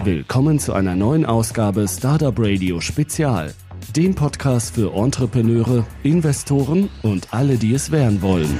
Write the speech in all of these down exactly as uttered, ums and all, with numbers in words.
Willkommen zu einer neuen Ausgabe Startup Radio Spezial, dem Podcast für Entrepreneure, Investoren und alle, die es werden wollen.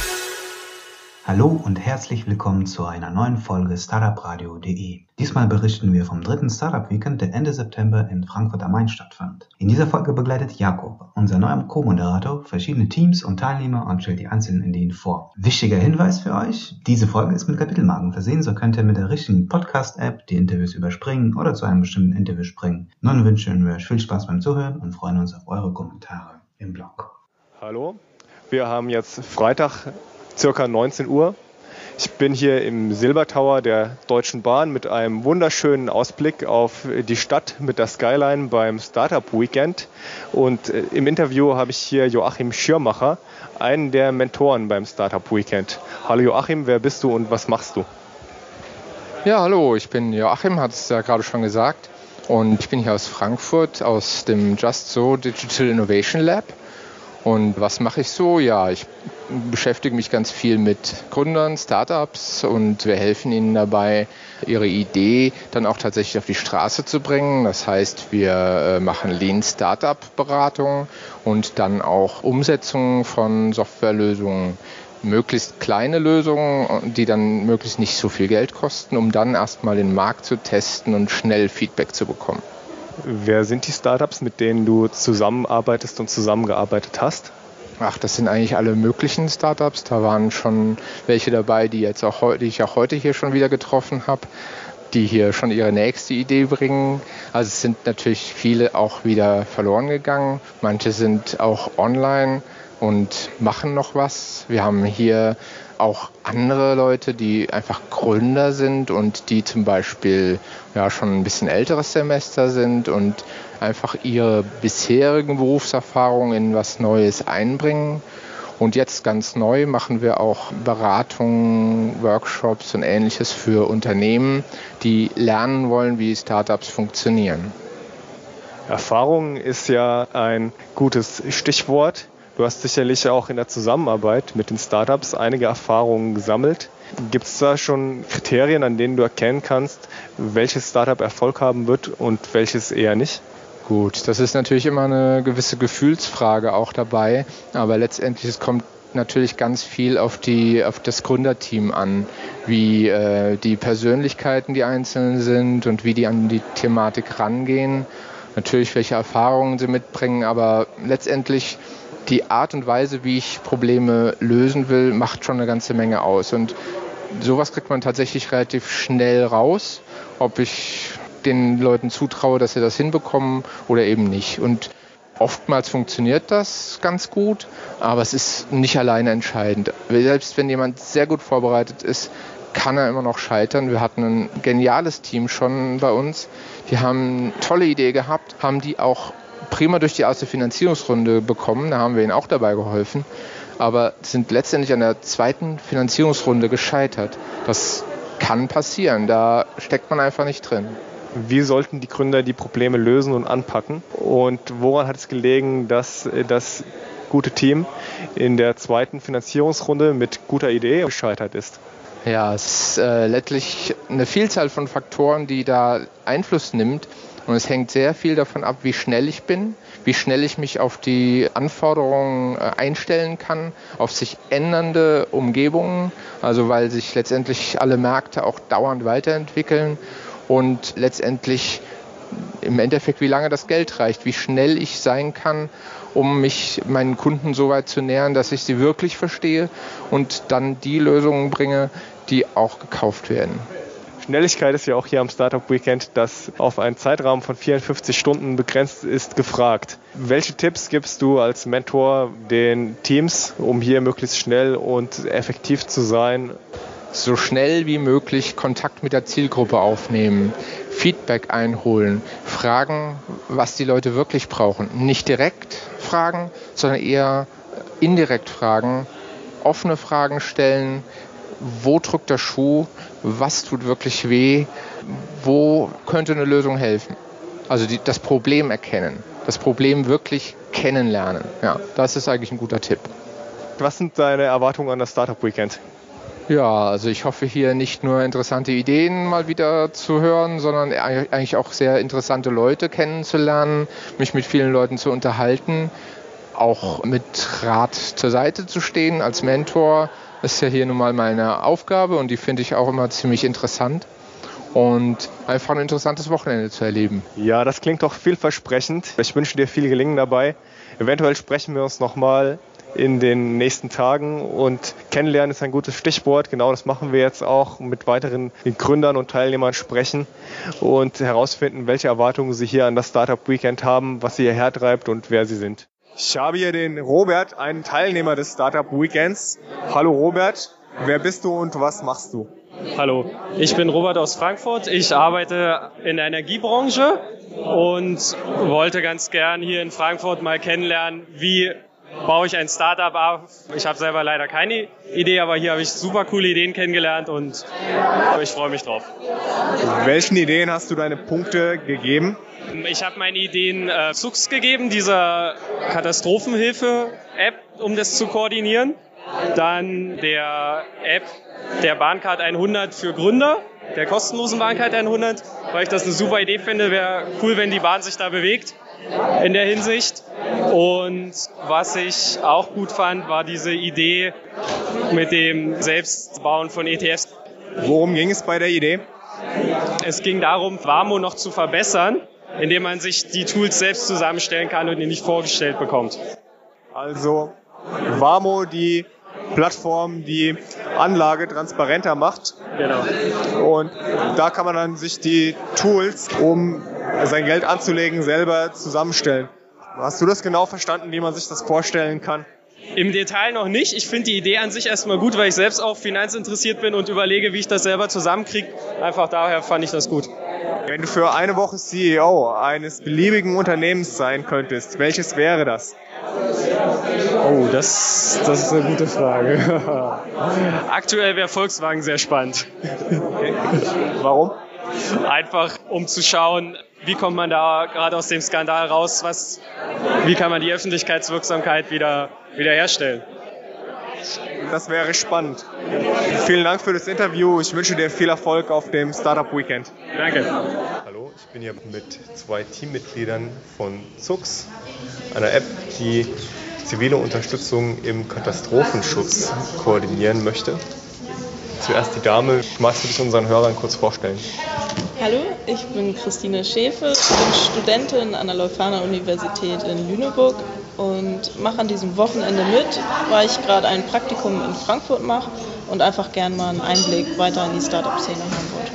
Hallo und herzlich willkommen zu einer neuen Folge startup radio punkt de. Diesmal berichten wir vom dritten Startup Weekend, der Ende September in Frankfurt am Main stattfand. In dieser Folge begleitet Jakob, unser neuer Co-Moderator, verschiedene Teams und Teilnehmer und stellt die einzelnen Ideen vor. Wichtiger Hinweis für euch: Diese Folge ist mit Kapitelmarken versehen, so könnt ihr mit der richtigen Podcast-App die Interviews überspringen oder zu einem bestimmten Interview springen. Nun wünschen wir euch viel Spaß beim Zuhören und freuen uns auf eure Kommentare im Blog. Hallo, wir haben jetzt Freitag, circa neunzehn Uhr. Ich bin hier im Silbertower der Deutschen Bahn mit einem wunderschönen Ausblick auf die Stadt mit der Skyline beim Startup Weekend. Und im Interview habe ich hier Joachim Schirmacher, einen der Mentoren beim Startup Weekend. Hallo Joachim, wer bist du und was machst du? Ja, hallo, ich bin Joachim, hat es ja gerade schon gesagt. Und ich bin hier aus Frankfurt, aus dem Just So Digital Innovation Lab. Und was mache ich so? Ja, ich beschäftige mich ganz viel mit Gründern, Startups und wir helfen ihnen dabei, ihre Idee dann auch tatsächlich auf die Straße zu bringen. Das heißt, wir machen Lean Startup Beratung und dann auch Umsetzung von Softwarelösungen. Möglichst kleine Lösungen, die dann möglichst nicht so viel Geld kosten, um dann erstmal den Markt zu testen und schnell Feedback zu bekommen. Wer sind die Startups, mit denen du zusammenarbeitest und zusammengearbeitet hast? Ach, das sind eigentlich alle möglichen Startups. Da waren schon welche dabei, die, jetzt auch heu- die ich auch heute hier schon wieder getroffen habe, die hier schon ihre nächste Idee bringen. Also es sind natürlich viele auch wieder verloren gegangen. Manche sind auch online und machen noch was. Wir haben hier auch andere Leute, die einfach Gründer sind und die zum Beispiel ja schon ein bisschen älteres Semester sind und einfach ihre bisherigen Berufserfahrungen in was Neues einbringen. Und jetzt ganz neu machen wir auch Beratungen, Workshops und Ähnliches für Unternehmen, die lernen wollen, wie Startups funktionieren. Erfahrung ist ja ein gutes Stichwort. Du hast sicherlich auch in der Zusammenarbeit mit den Startups einige Erfahrungen gesammelt. Gibt es da schon Kriterien, an denen du erkennen kannst, welches Startup Erfolg haben wird und welches eher nicht? Gut, das ist natürlich immer eine gewisse Gefühlsfrage auch dabei, aber letztendlich es kommt natürlich ganz viel auf die auf das Gründerteam an, wie äh, die Persönlichkeiten die Einzelnen sind und wie die an die Thematik rangehen. Natürlich, welche Erfahrungen sie mitbringen, aber letztendlich die Art und Weise, wie ich Probleme lösen will, macht schon eine ganze Menge aus. Und sowas kriegt man tatsächlich relativ schnell raus, ob ich den Leuten zutraue, dass sie das hinbekommen oder eben nicht. Und oftmals funktioniert das ganz gut, aber es ist nicht alleine entscheidend. Selbst wenn jemand sehr gut vorbereitet ist, kann er immer noch scheitern. Wir hatten ein geniales Team schon bei uns. Die haben eine tolle Idee gehabt, haben die auch prima durch die erste Finanzierungsrunde bekommen, da haben wir ihnen auch dabei geholfen, aber sind letztendlich an der zweiten Finanzierungsrunde gescheitert. Das kann passieren, da steckt man einfach nicht drin. Wie sollten die Gründer die Probleme lösen und anpacken? Und woran hat es gelegen, dass das gute Team in der zweiten Finanzierungsrunde mit guter Idee gescheitert ist? Ja, es ist äh, letztlich eine Vielzahl von Faktoren, die da Einfluss nimmt. Und es hängt sehr viel davon ab, wie schnell ich bin, wie schnell ich mich auf die Anforderungen einstellen kann, auf sich ändernde Umgebungen, also weil sich letztendlich alle Märkte auch dauernd weiterentwickeln und letztendlich im Endeffekt, wie lange das Geld reicht, wie schnell ich sein kann, um mich meinen Kunden so weit zu nähern, dass ich sie wirklich verstehe und dann die Lösungen bringe, die auch gekauft werden. Schnelligkeit ist ja auch hier am Startup Weekend, das auf einen Zeitraum von vierundfünfzig Stunden begrenzt ist, gefragt. Welche Tipps gibst du als Mentor den Teams, um hier möglichst schnell und effektiv zu sein? So schnell wie möglich Kontakt mit der Zielgruppe aufnehmen, Feedback einholen, fragen, was die Leute wirklich brauchen. Nicht direkt fragen, sondern eher indirekt fragen, offene Fragen stellen. Wo drückt der Schuh? Was tut wirklich weh? Wo könnte eine Lösung helfen? Also die, das Problem erkennen, das Problem wirklich kennenlernen. Ja, das ist eigentlich ein guter Tipp. Was sind deine Erwartungen an das Startup Weekend? Ja, also ich hoffe hier nicht nur interessante Ideen mal wieder zu hören, sondern eigentlich auch sehr interessante Leute kennenzulernen, mich mit vielen Leuten zu unterhalten, auch mit Rat zur Seite zu stehen als Mentor. Das ist ja hier nun mal meine Aufgabe und die finde ich auch immer ziemlich interessant. Und einfach ein interessantes Wochenende zu erleben. Ja, das klingt doch vielversprechend. Ich wünsche dir viel Gelingen dabei. Eventuell sprechen wir uns nochmal in den nächsten Tagen und kennenlernen ist ein gutes Stichwort. Genau das machen wir jetzt auch, mit weiteren Gründern und Teilnehmern sprechen und herausfinden, welche Erwartungen sie hier an das Startup Weekend haben, was sie hierher treibt und wer sie sind. Ich habe hier den Robert, einen Teilnehmer des Startup Weekends. Hallo Robert, wer bist du und was machst du? Hallo, ich bin Robert aus Frankfurt. Ich arbeite in der Energiebranche und wollte ganz gern hier in Frankfurt mal kennenlernen, wie baue ich ein Startup auf. Ich habe selber leider keine Idee, aber hier habe ich super coole Ideen kennengelernt und ich freue mich drauf. Welchen Ideen hast du deine Punkte gegeben? Ich habe meine Ideen äh, Zux gegeben, dieser Katastrophenhilfe-App, um das zu koordinieren. Dann der App der Bahncard hundert für Gründer, der kostenlosen Bahncard hundert, weil ich das eine super Idee finde. Wäre cool, wenn die Bahn sich da bewegt in der Hinsicht. Und was ich auch gut fand, war diese Idee mit dem Selbstbauen von E T Fs. Worum ging es bei der Idee? Es ging darum, Wamo noch zu verbessern, indem man sich die Tools selbst zusammenstellen kann und die nicht vorgestellt bekommt. Also Wamo, die Plattform, die Anlage transparenter macht. Genau. Und da kann man dann sich die Tools, um sein Geld anzulegen, selber zusammenstellen. Hast du das genau verstanden, wie man sich das vorstellen kann? Im Detail noch nicht. Ich finde die Idee an sich erstmal gut, weil ich selbst auch finanzinteressiert bin und überlege, wie ich das selber zusammenkriege. Einfach daher fand ich das gut. Wenn du für eine Woche C E O eines beliebigen Unternehmens sein könntest, welches wäre das? Oh, das, das ist eine gute Frage. Aktuell wäre Volkswagen sehr spannend. Okay. Warum? Einfach um zu schauen, wie kommt man da gerade aus dem Skandal raus, was, wie kann man die Öffentlichkeitswirksamkeit wieder, wieder herstellen. Das wäre spannend. Vielen Dank für das Interview. Ich wünsche dir viel Erfolg auf dem Startup Weekend. Danke. Hallo, ich bin hier mit zwei Teammitgliedern von Zux, einer App, die zivile Unterstützung im Katastrophenschutz koordinieren möchte. Zuerst die Dame. Magst du dich unseren Hörern kurz vorstellen? Hallo, ich bin Christine Schäfe, ich bin Studentin an der Leuphana-Universität in Lüneburg und mache an diesem Wochenende mit, weil ich gerade ein Praktikum in Frankfurt mache und einfach gern mal einen Einblick weiter in die Startup-Szene haben wollte.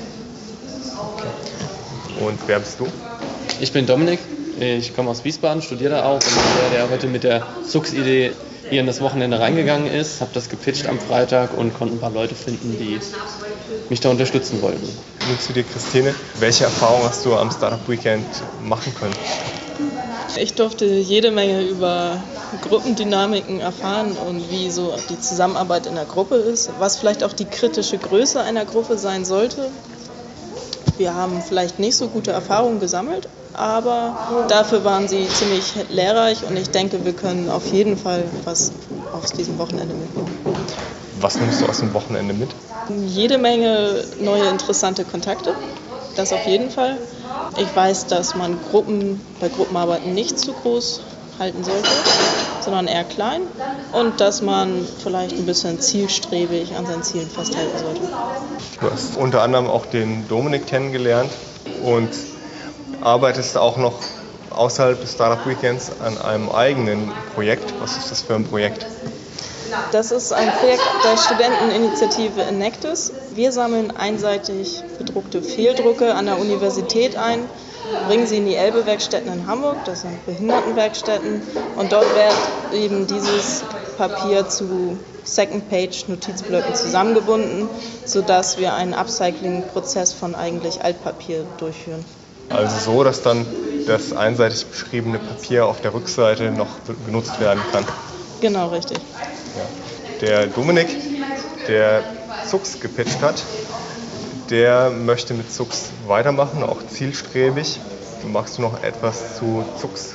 Okay. Und wer bist du? Ich bin Dominik, ich komme aus Wiesbaden, studiere da auch und bin der, der heute mit der Zux-Idee hier in das Wochenende reingegangen ist, habe das gepitcht am Freitag und konnte ein paar Leute finden, die mich da unterstützen wollten. Nun zu dir, Christine. Welche Erfahrungen hast du am Startup Weekend machen können? Ich durfte jede Menge über Gruppendynamiken erfahren und wie so die Zusammenarbeit in der Gruppe ist, was vielleicht auch die kritische Größe einer Gruppe sein sollte. Wir haben vielleicht nicht so gute Erfahrungen gesammelt, aber dafür waren sie ziemlich lehrreich und ich denke, wir können auf jeden Fall was aus diesem Wochenende mitnehmen. Was nimmst du aus dem Wochenende mit? Jede Menge neue interessante Kontakte, das auf jeden Fall. Ich weiß, dass man Gruppen bei Gruppenarbeiten nicht zu groß halten sollte, sondern eher klein und dass man vielleicht ein bisschen zielstrebig an seinen Zielen festhalten sollte. Du hast unter anderem auch den Dominik kennengelernt und arbeitest auch noch außerhalb des Startup Weekends an einem eigenen Projekt. Was ist das für ein Projekt? Das ist ein Projekt der Studenteninitiative Enactus. Wir sammeln einseitig bedruckte Fehldrucke an der Universität ein, bringen sie in die Elbe-Werkstätten in Hamburg, das sind Behindertenwerkstätten, und dort wird eben dieses Papier zu Second-Page-Notizblöcken zusammengebunden, sodass wir einen Upcycling-Prozess von eigentlich Altpapier durchführen. Also so, dass dann das einseitig beschriebene Papier auf der Rückseite noch genutzt werden kann. Genau, richtig. Ja. Der Dominik, der Zux gepitcht hat, der möchte mit Zux weitermachen, auch zielstrebig. Magst du noch etwas zu Zux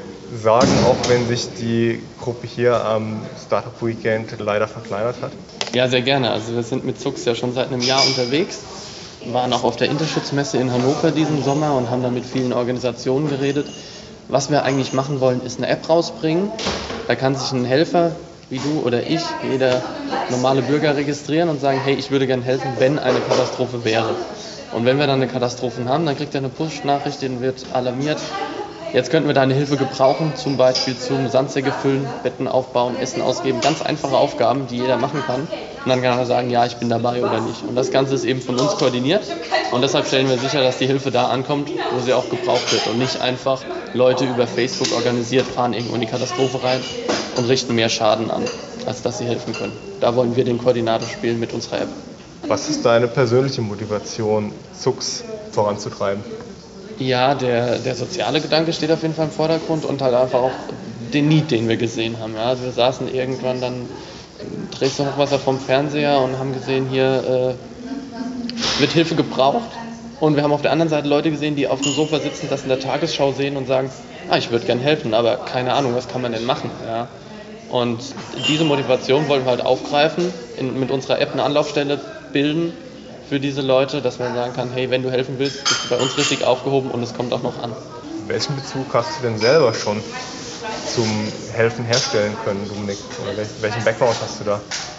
sagen, auch wenn sich die Gruppe hier am Startup Weekend leider verkleinert hat? Ja, sehr gerne. Also wir sind mit Zux ja schon seit einem Jahr unterwegs, waren auch auf der Interschutzmesse in Hannover diesen Sommer und haben da mit vielen Organisationen geredet. Was wir eigentlich machen wollen, ist eine App rausbringen. Da kann sich ein Helfer wie du oder ich, jeder normale Bürger registrieren und sagen, hey, ich würde gerne helfen, wenn eine Katastrophe wäre. Und wenn wir dann eine Katastrophe haben, dann kriegt er eine Push-Nachricht, den wird alarmiert. Jetzt könnten wir deine Hilfe gebrauchen, zum Beispiel zum Sandsäcke füllen, Betten aufbauen, Essen ausgeben. Ganz einfache Aufgaben, die jeder machen kann. Und dann kann er sagen, ja, ich bin dabei oder nicht. Und das Ganze ist eben von uns koordiniert. Und deshalb stellen wir sicher, dass die Hilfe da ankommt, wo sie auch gebraucht wird. Und nicht einfach Leute über Facebook organisiert, fahren irgendwo in die Katastrophe rein und richten mehr Schaden an, als dass sie helfen können. Da wollen wir den Koordinator spielen mit unserer App. Was ist deine persönliche Motivation, Zux voranzutreiben? Ja, der, der soziale Gedanke steht auf jeden Fall im Vordergrund und halt einfach auch den Need, den wir gesehen haben. Ja, also wir saßen irgendwann dann in Dresden-Hochwasser vom Fernseher und haben gesehen, hier äh, wird Hilfe gebraucht. Und wir haben auf der anderen Seite Leute gesehen, die auf dem Sofa sitzen, das in der Tagesschau sehen und sagen, ah, ich würde gern helfen, aber keine Ahnung, was kann man denn machen? Ja. Und diese Motivation wollen wir halt aufgreifen, in, mit unserer App eine Anlaufstelle bilden für diese Leute, dass man sagen kann, hey, wenn du helfen willst, bist du bei uns richtig aufgehoben und es kommt auch noch an. Welchen Bezug hast du denn selber schon zum Helfen herstellen können, Dominik? Oder welchen Background hast du da?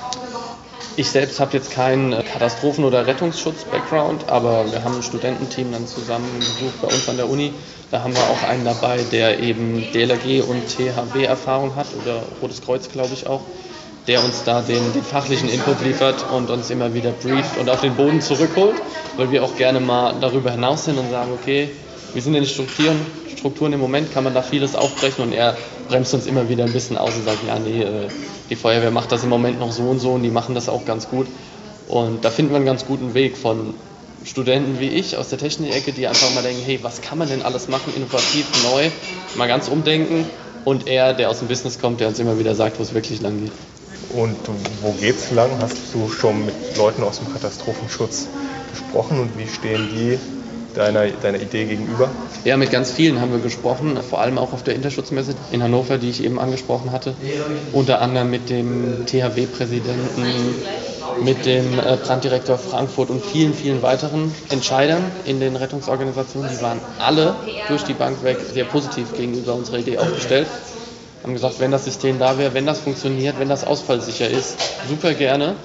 Ich selbst habe jetzt keinen Katastrophen- oder Rettungsschutz-Background, aber wir haben ein Studententeam dann zusammen besucht bei uns an der Uni. Da haben wir auch einen dabei, der eben D L R G und T H W-Erfahrung hat, oder Rotes Kreuz, glaube ich auch, der uns da den, den fachlichen Input liefert und uns immer wieder brieft und auf den Boden zurückholt, weil wir auch gerne mal darüber hinaus sind und sagen, okay, wie sind denn die Strukturen, Strukturen im Moment, kann man da vieles aufbrechen, und er bremst uns immer wieder ein bisschen aus und sagt, ja nee, die Feuerwehr macht das im Moment noch so und so und die machen das auch ganz gut. Und da finden wir einen ganz guten Weg von Studenten wie ich aus der Technik-Ecke, die einfach mal denken, hey, was kann man denn alles machen, innovativ, neu, mal ganz umdenken, und er, der aus dem Business kommt, der uns immer wieder sagt, wo es wirklich lang geht. Und wo geht's lang? Hast du schon mit Leuten aus dem Katastrophenschutz gesprochen und wie stehen die deiner, deiner Idee gegenüber? Ja, mit ganz vielen haben wir gesprochen, vor allem auch auf der Interschutzmesse in Hannover, die ich eben angesprochen hatte. Unter anderem mit dem T H W-Präsidenten, mit dem Branddirektor Frankfurt und vielen, vielen weiteren Entscheidern in den Rettungsorganisationen. Die waren alle durch die Bank weg sehr positiv gegenüber unserer Idee aufgestellt. Haben gesagt, wenn das System da wäre, wenn das funktioniert, wenn das ausfallsicher ist, super gerne.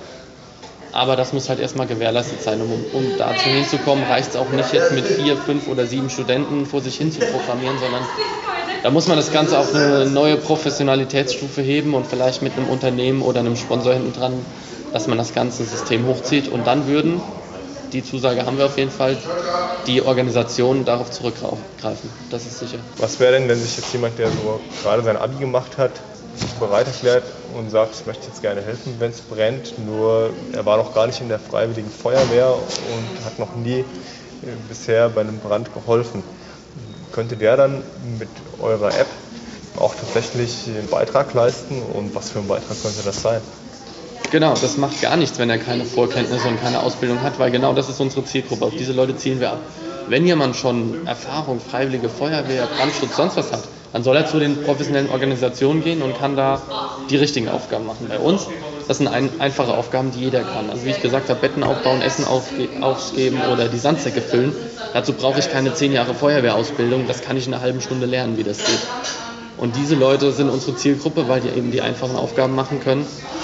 Aber das muss halt erstmal gewährleistet sein. Um, um dazu hinzukommen, reicht es auch nicht jetzt mit vier, fünf oder sieben Studenten vor sich hin zu programmieren, sondern da muss man das Ganze auf eine neue Professionalitätsstufe heben und vielleicht mit einem Unternehmen oder einem Sponsor hinten dran, dass man das ganze System hochzieht. Und dann würden, die Zusage haben wir auf jeden Fall, die Organisationen darauf zurückgreifen. Das ist sicher. Was wäre denn, wenn sich jetzt jemand, der so gerade sein Abi gemacht hat, sich bereit erklärt und sagt, ich möchte jetzt gerne helfen, wenn es brennt, nur er war noch gar nicht in der Freiwilligen Feuerwehr und hat noch nie bisher bei einem Brand geholfen. Könnte der dann mit eurer App auch tatsächlich einen Beitrag leisten, und was für ein Beitrag könnte das sein? Genau, das macht gar nichts, wenn er keine Vorkenntnisse und keine Ausbildung hat, weil genau das ist unsere Zielgruppe. Auf diese Leute zielen wir ab. Wenn jemand schon Erfahrung, Freiwillige Feuerwehr, Brandschutz, sonst was hat, dann soll er zu den professionellen Organisationen gehen und kann da die richtigen Aufgaben machen. Bei uns, das sind ein, einfache Aufgaben, die jeder kann. Also wie ich gesagt habe, Betten aufbauen, Essen ausgeben oder die Sandsäcke füllen. Dazu brauche ich keine zehn Jahre Feuerwehrausbildung, das kann ich in einer halben Stunde lernen, wie das geht. Und diese Leute sind unsere Zielgruppe, weil die eben die einfachen Aufgaben machen können.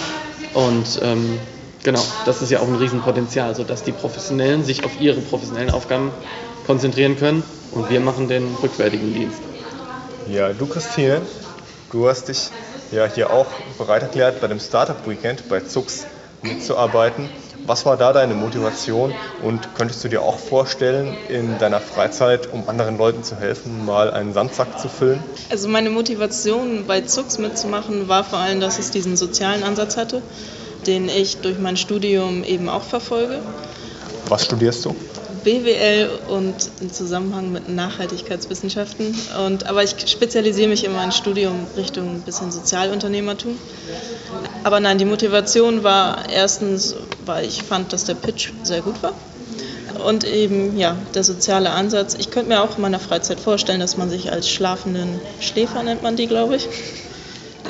Und ähm, genau, das ist ja auch ein Riesenpotenzial, sodass die Professionellen sich auf ihre professionellen Aufgaben konzentrieren können und wir machen den rückwärtigen Dienst. Ja, du Christine, du hast dich ja hier auch bereit erklärt, bei dem Startup Weekend bei Zux mitzuarbeiten. Was war da deine Motivation, und könntest du dir auch vorstellen, in deiner Freizeit, um anderen Leuten zu helfen, mal einen Sandsack zu füllen? Also meine Motivation, bei Zux mitzumachen, war vor allem, dass es diesen sozialen Ansatz hatte, den ich durch mein Studium eben auch verfolge. Was studierst du? B W L und im Zusammenhang mit Nachhaltigkeitswissenschaften. Und, aber ich spezialisiere mich in meinem Studium Richtung ein bisschen Sozialunternehmertum. Aber nein, die Motivation war erstens, weil ich fand, dass der Pitch sehr gut war. Und eben ja, der soziale Ansatz. Ich könnte mir auch in meiner Freizeit vorstellen, dass man sich als schlafenden Schläfer, nennt man die, glaube ich,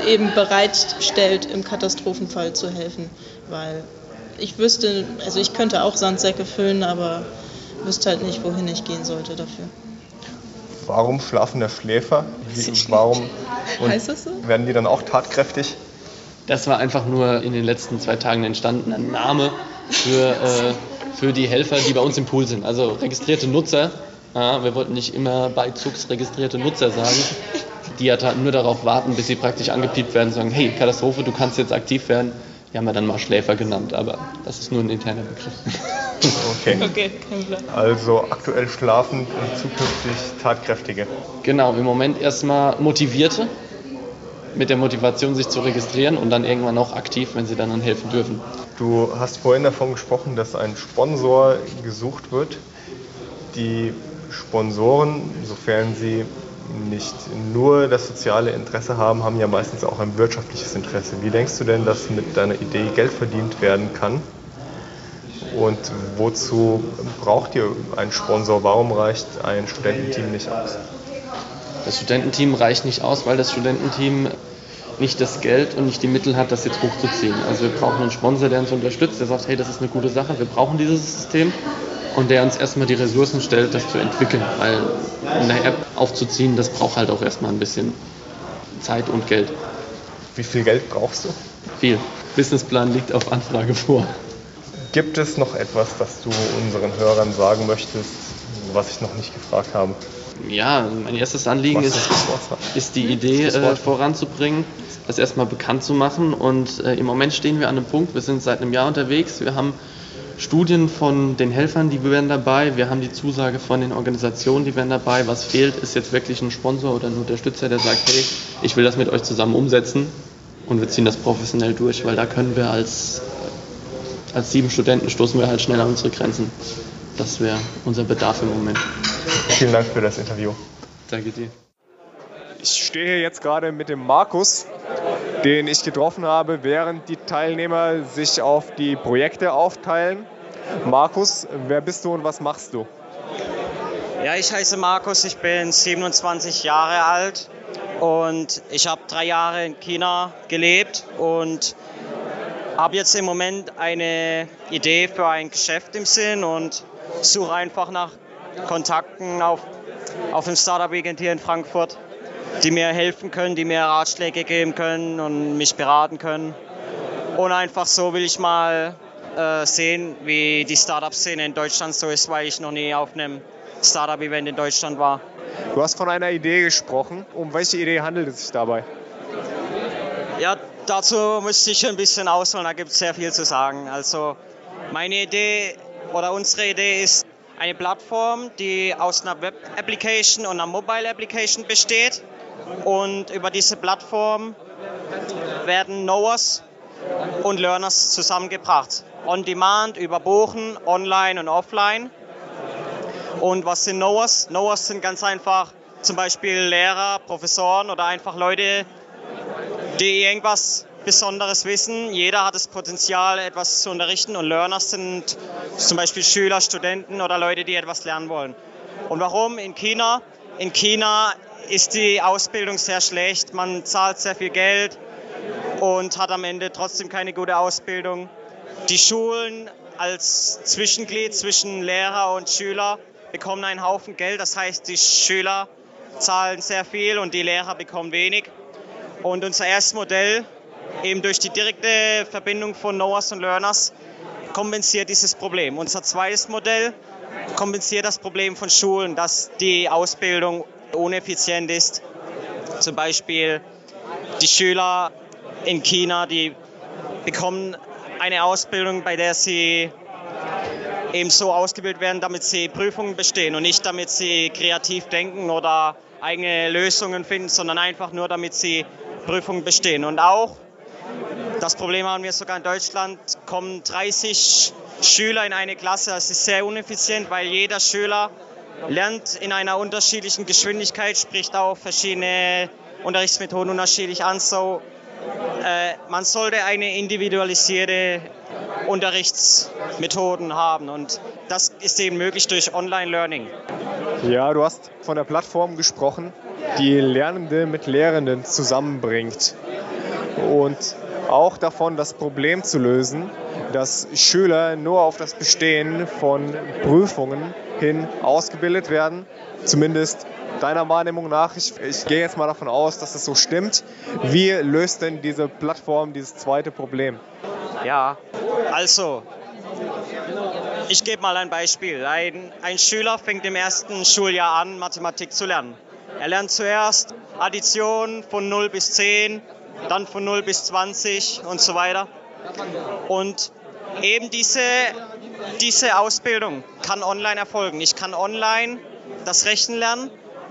eben bereitstellt, im Katastrophenfall zu helfen. Weil ich wüsste, also ich könnte auch Sandsäcke füllen, aber wüsste halt nicht, wohin ich gehen sollte dafür. Warum schlafender Schläfer? Wie, warum und heißt das so? Werden die dann auch tatkräftig? Das war einfach nur in den letzten zwei Tagen entstanden, ein Name für, äh, für die Helfer, die bei uns im Pool sind. Also registrierte Nutzer. Ja, wir wollten nicht immer bei Zugs registrierte Nutzer sagen, die ja nur darauf warten, bis sie praktisch angepiept werden und sagen, hey, Katastrophe, du kannst jetzt aktiv werden. Die haben wir dann mal Schläfer genannt, aber das ist nur ein interner Begriff. Okay. Okay, kein Plan. Also aktuell schlafend und zukünftig tatkräftige. Genau, im Moment erstmal Motivierte, mit der Motivation, sich zu registrieren und dann irgendwann auch aktiv, wenn sie dann, dann helfen dürfen. Du hast vorhin davon gesprochen, dass ein Sponsor gesucht wird. Die Sponsoren, sofern sie nicht nur das soziale Interesse haben, haben ja meistens auch ein wirtschaftliches Interesse. Wie denkst du denn, dass mit deiner Idee Geld verdient werden kann? Und wozu braucht ihr einen Sponsor? Warum reicht ein Studententeam nicht aus? Das Studententeam reicht nicht aus, weil das Studententeam nicht das Geld und nicht die Mittel hat, das jetzt hochzuziehen. Also wir brauchen einen Sponsor, der uns unterstützt, der sagt, hey, das ist eine gute Sache, wir brauchen dieses System. Und der uns erstmal die Ressourcen stellt, das zu entwickeln. Weil eine App aufzuziehen, das braucht halt auch erstmal ein bisschen Zeit und Geld. Wie viel Geld brauchst du? Viel. Businessplan liegt auf Anfrage vor. Gibt es noch etwas, das du unseren Hörern sagen möchtest, was ich noch nicht gefragt habe? Ja, mein erstes Anliegen ist, ist die Idee äh, voranzubringen, das erstmal bekannt zu machen. Und äh, im Moment stehen wir an einem Punkt, wir sind seit einem Jahr unterwegs, wir haben Studien von den Helfern, die werden dabei, wir haben die Zusage von den Organisationen, die werden dabei. Was fehlt, ist jetzt wirklich ein Sponsor oder ein Unterstützer, der sagt, hey, ich will das mit euch zusammen umsetzen und wir ziehen das professionell durch, weil da können wir als, als sieben Studenten stoßen wir halt schnell an unsere Grenzen. Das wäre unser Bedarf im Moment. Vielen Dank für das Interview. Danke dir. Ich stehe hier jetzt gerade mit dem Markus, den ich getroffen habe, während die Teilnehmer sich auf die Projekte aufteilen. Markus, wer bist du und was machst du? Ja, ich heiße Markus, ich bin siebenundzwanzig Jahre alt und ich habe drei Jahre in China gelebt und habe jetzt im Moment eine Idee für ein Geschäft im Sinn und suche einfach nach Kontakten auf, auf dem Startup Weekend hier in Frankfurt, die mir helfen können, die mir Ratschläge geben können und mich beraten können. Und einfach so will ich mal äh, sehen, wie die Startup-Szene in Deutschland so ist, weil ich noch nie auf einem Startup-Event in Deutschland war. Du hast von einer Idee gesprochen. Um welche Idee handelt es sich dabei? Ja, dazu müsste ich ein bisschen ausholen, da gibt es sehr viel zu sagen. Also meine Idee oder unsere Idee ist eine Plattform, die aus einer Web-Application und einer Mobile-Application besteht. Und über diese Plattform werden Knowers und Learners zusammengebracht. On Demand, über Buchen, online und offline. Und was sind Knowers? Knowers sind ganz einfach zum Beispiel Lehrer, Professoren oder einfach Leute, die irgendwas Besonderes wissen. Jeder hat das Potenzial, etwas zu unterrichten. Und Learners sind zum Beispiel Schüler, Studenten oder Leute, die etwas lernen wollen. Und warum? In China? In China ist die Ausbildung sehr schlecht. Man zahlt sehr viel Geld und hat am Ende trotzdem keine gute Ausbildung. Die Schulen als Zwischenglied zwischen Lehrer und Schüler bekommen einen Haufen Geld. Das heißt, die Schüler zahlen sehr viel und die Lehrer bekommen wenig. Und unser erstes Modell, eben durch die direkte Verbindung von Knowers und Learners, kompensiert dieses Problem. Unser zweites Modell kompensiert das Problem von Schulen, dass die Ausbildung uneffizient ist. Zum Beispiel die Schüler in China, die bekommen eine Ausbildung, bei der sie eben so ausgebildet werden, damit sie Prüfungen bestehen und nicht damit sie kreativ denken oder eigene Lösungen finden, sondern einfach nur, damit sie Prüfungen bestehen. Und auch, das Problem haben wir sogar in Deutschland, kommen dreißig Schüler in eine Klasse. Das ist sehr ineffizient, weil jeder Schüler lernt in einer unterschiedlichen Geschwindigkeit, spricht auch verschiedene Unterrichtsmethoden unterschiedlich an. So, äh, man sollte eine individualisierte Unterrichtsmethoden haben und das ist eben möglich durch Online-Learning. Ja, du hast von der Plattform gesprochen, die Lernende mit Lehrenden zusammenbringt. und auch davon, das Problem zu lösen, dass Schüler nur auf das Bestehen von Prüfungen hin ausgebildet werden. Zumindest deiner Wahrnehmung nach. Ich, ich gehe jetzt mal davon aus, dass es so stimmt. Wie löst denn diese Plattform dieses zweite Problem? Ja, also, ich gebe mal ein Beispiel. Ein, ein Schüler fängt im ersten Schuljahr an, Mathematik zu lernen. Er lernt zuerst Addition von null bis zehn, dann von null bis zwanzig und so weiter. Und eben diese, diese Ausbildung kann online erfolgen. Ich kann online das Rechnen lernen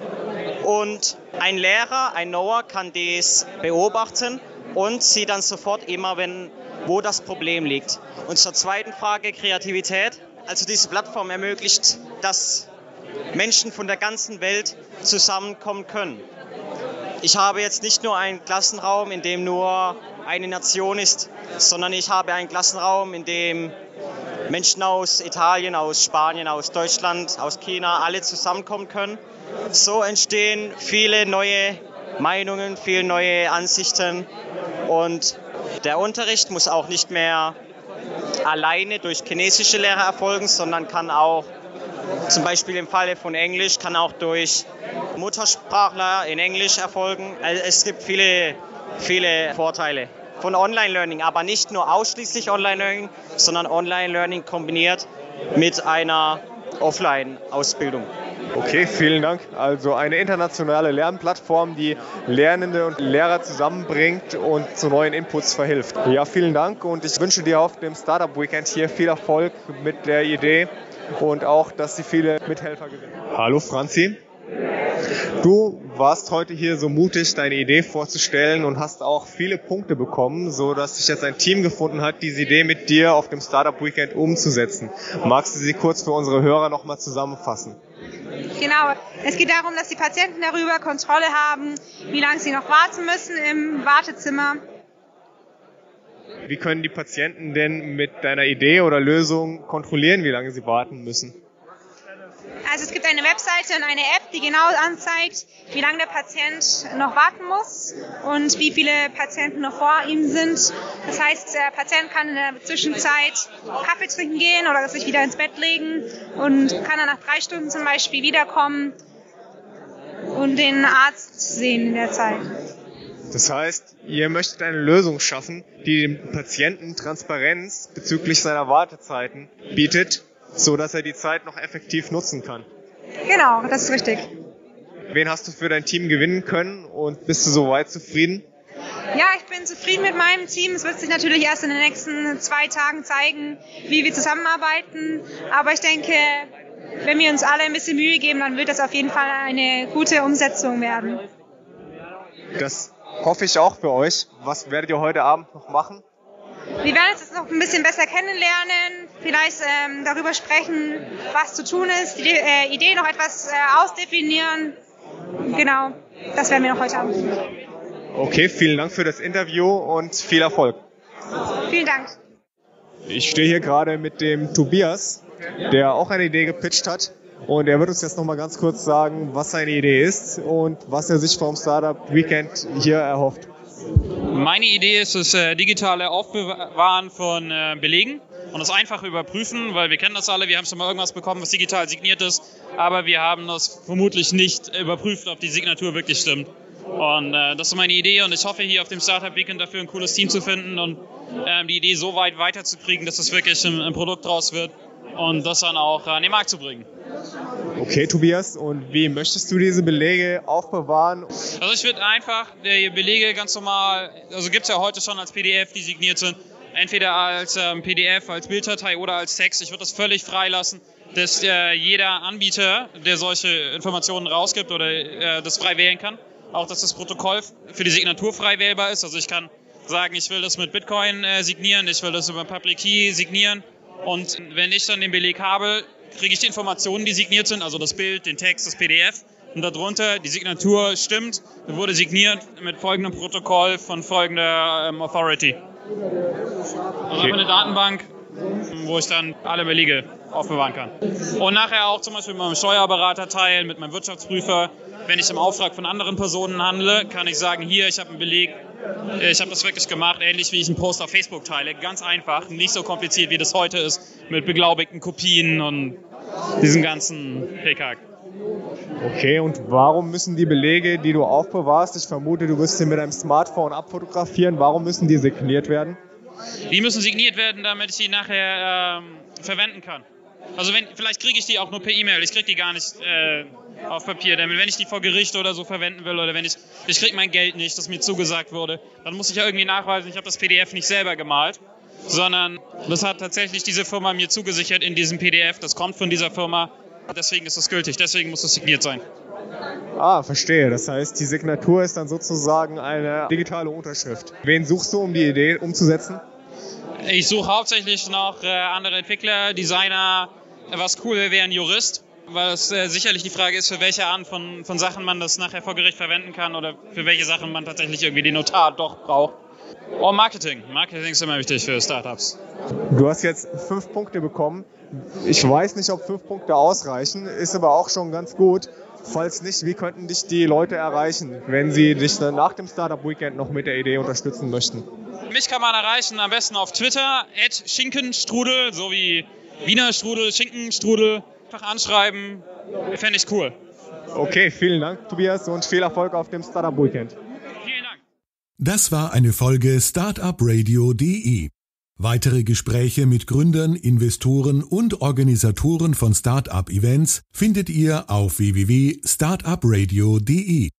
und ein Lehrer, ein Knower kann das beobachten und sieht dann sofort immer, wenn, wo das Problem liegt. Und zur zweiten Frage, Kreativität. Also diese Plattform ermöglicht, dass Menschen von der ganzen Welt zusammenkommen können. Ich habe jetzt nicht nur einen Klassenraum, in dem nur eine Nation ist, sondern ich habe einen Klassenraum, in dem Menschen aus Italien, aus Spanien, aus Deutschland, aus China, alle zusammenkommen können. So entstehen viele neue Meinungen, viele neue Ansichten und der Unterricht muss auch nicht mehr alleine durch chinesische Lehrer erfolgen, sondern kann auch, zum Beispiel im Falle von Englisch, kann auch durch Muttersprachler in Englisch erfolgen. Also es gibt viele, viele Vorteile von Online-Learning, aber nicht nur ausschließlich Online-Learning, sondern Online-Learning kombiniert mit einer Offline-Ausbildung. Okay, vielen Dank. Also eine internationale Lernplattform, die Lernende und Lehrer zusammenbringt und zu neuen Inputs verhilft. Ja, vielen Dank und ich wünsche dir auf dem Startup Weekend hier viel Erfolg mit der Idee und auch, dass sie viele Mithelfer gewinnen. Hallo Franzi. Du warst heute hier so mutig, deine Idee vorzustellen und hast auch viele Punkte bekommen, so dass sich jetzt ein Team gefunden hat, diese Idee mit dir auf dem Startup Weekend umzusetzen. Magst du sie kurz für unsere Hörer nochmal zusammenfassen? Genau, es geht darum, dass die Patienten darüber Kontrolle haben, wie lange sie noch warten müssen im Wartezimmer. Wie können die Patienten denn mit deiner Idee oder Lösung kontrollieren, wie lange sie warten müssen? Also es gibt eine Webseite und eine App, die genau anzeigt, wie lange der Patient noch warten muss und wie viele Patienten noch vor ihm sind. Das heißt, der Patient kann in der Zwischenzeit Kaffee trinken gehen oder sich wieder ins Bett legen und kann dann nach drei Stunden zum Beispiel wiederkommen und den Arzt sehen in der Zeit. Das heißt, ihr möchtet eine Lösung schaffen, die dem Patienten Transparenz bezüglich seiner Wartezeiten bietet, so dass er die Zeit noch effektiv nutzen kann. Genau, das ist richtig. Wen hast du für dein Team gewinnen können und bist du soweit zufrieden? Ja, ich bin zufrieden mit meinem Team. Es wird sich natürlich erst in den nächsten zwei Tagen zeigen, wie wir zusammenarbeiten. Aber ich denke, wenn wir uns alle ein bisschen Mühe geben, dann wird das auf jeden Fall eine gute Umsetzung werden. Das hoffe ich auch für euch. Was werdet ihr heute Abend noch machen? Wir werden uns jetzt noch ein bisschen besser kennenlernen, vielleicht ähm, darüber sprechen, was zu tun ist, die äh, Idee noch etwas äh, ausdefinieren. Genau, das werden wir noch heute Abend tun. Okay, vielen Dank für das Interview und viel Erfolg. Vielen Dank. Ich stehe hier gerade mit dem Tobias, der auch eine Idee gepitcht hat. Und er wird uns jetzt noch mal ganz kurz sagen, was seine Idee ist und was er sich vom Startup Weekend hier erhofft. Meine Idee ist das äh, digitale Aufbewahren von äh, Belegen und das einfache Überprüfen, weil wir kennen das alle, wir haben schon mal irgendwas bekommen, was digital signiert ist, aber wir haben das vermutlich nicht überprüft, ob die Signatur wirklich stimmt. Und äh, das ist meine Idee und ich hoffe hier auf dem Startup Weekend dafür ein cooles Team zu finden und äh, die Idee so weit weiterzukriegen, dass es wirklich ein, ein Produkt draus wird und das dann auch an den Markt zu bringen. Okay, Tobias, und wie möchtest du diese Belege aufbewahren? Also ich würde einfach die Belege ganz normal, also gibt es ja heute schon als P D F, die signiert sind, entweder als ähm, P D F, als Bilddatei oder als Text. Ich würde das völlig freilassen, dass äh, jeder Anbieter, der solche Informationen rausgibt oder äh, das frei wählen kann, auch dass das Protokoll für die Signatur frei wählbar ist. Also ich kann sagen, ich will das mit Bitcoin äh, signieren, ich will das über Public Key signieren und wenn ich dann den Beleg habe, kriege ich die Informationen, die signiert sind, also das Bild, den Text, das P D F und darunter die Signatur stimmt, wurde signiert mit folgendem Protokoll von folgender ähm, Authority. Also okay. Eine Datenbank, wo ich dann alle Belege aufbewahren kann. Und nachher auch zum Beispiel mit meinem Steuerberater teilen, mit meinem Wirtschaftsprüfer. Wenn ich im Auftrag von anderen Personen handle, kann ich sagen, hier, ich habe einen Beleg Ich habe das wirklich gemacht, ähnlich wie ich einen Post auf Facebook teile. Ganz einfach, nicht so kompliziert, wie das heute ist, mit beglaubigten Kopien und diesem ganzen Hickhack. Okay, und warum müssen die Belege, die du aufbewahrst, ich vermute, du wirst sie mit deinem Smartphone abfotografieren, warum müssen die signiert werden? Die müssen signiert werden, damit ich die nachher ähm, verwenden kann. Also wenn, vielleicht kriege ich die auch nur per E-Mail, ich kriege die gar nicht äh, auf Papier, damit wenn ich die vor Gericht oder so verwenden will oder wenn ich, ich kriege mein Geld nicht, das mir zugesagt wurde, dann muss ich ja irgendwie nachweisen, ich habe das P D F nicht selber gemalt, sondern das hat tatsächlich diese Firma mir zugesichert in diesem P D F, das kommt von dieser Firma, deswegen ist das gültig, deswegen muss das signiert sein. Ah, verstehe. Das heißt, die Signatur ist dann sozusagen eine digitale Unterschrift. Wen suchst du, um die Idee umzusetzen? Ich suche hauptsächlich noch äh, andere Entwickler, Designer. Was cool wäre, ein Jurist, weil es äh, sicherlich die Frage ist, für welche Art von, von Sachen man das nachher vor Gericht verwenden kann oder für welche Sachen man tatsächlich irgendwie den Notar doch braucht. Oh, Marketing. Marketing ist immer wichtig für Startups. Du hast jetzt fünf Punkte bekommen. Ich weiß nicht, ob fünf Punkte ausreichen, ist aber auch schon ganz gut. Falls nicht, wie könnten dich die Leute erreichen, wenn sie dich dann nach dem Startup Weekend noch mit der Idee unterstützen möchten? Mich kann man erreichen am besten auf Twitter, at Schinkenstrudel, so wie Wiener Strudel, Schinkenstrudel. Einfach anschreiben, fände ich cool. Okay, vielen Dank, Tobias, und viel Erfolg auf dem Startup Weekend. Vielen Dank. Das war eine Folge Startup Radio punkt de. Weitere Gespräche mit Gründern, Investoren und Organisatoren von Startup-Events findet ihr auf w w w punkt startup radio punkt de.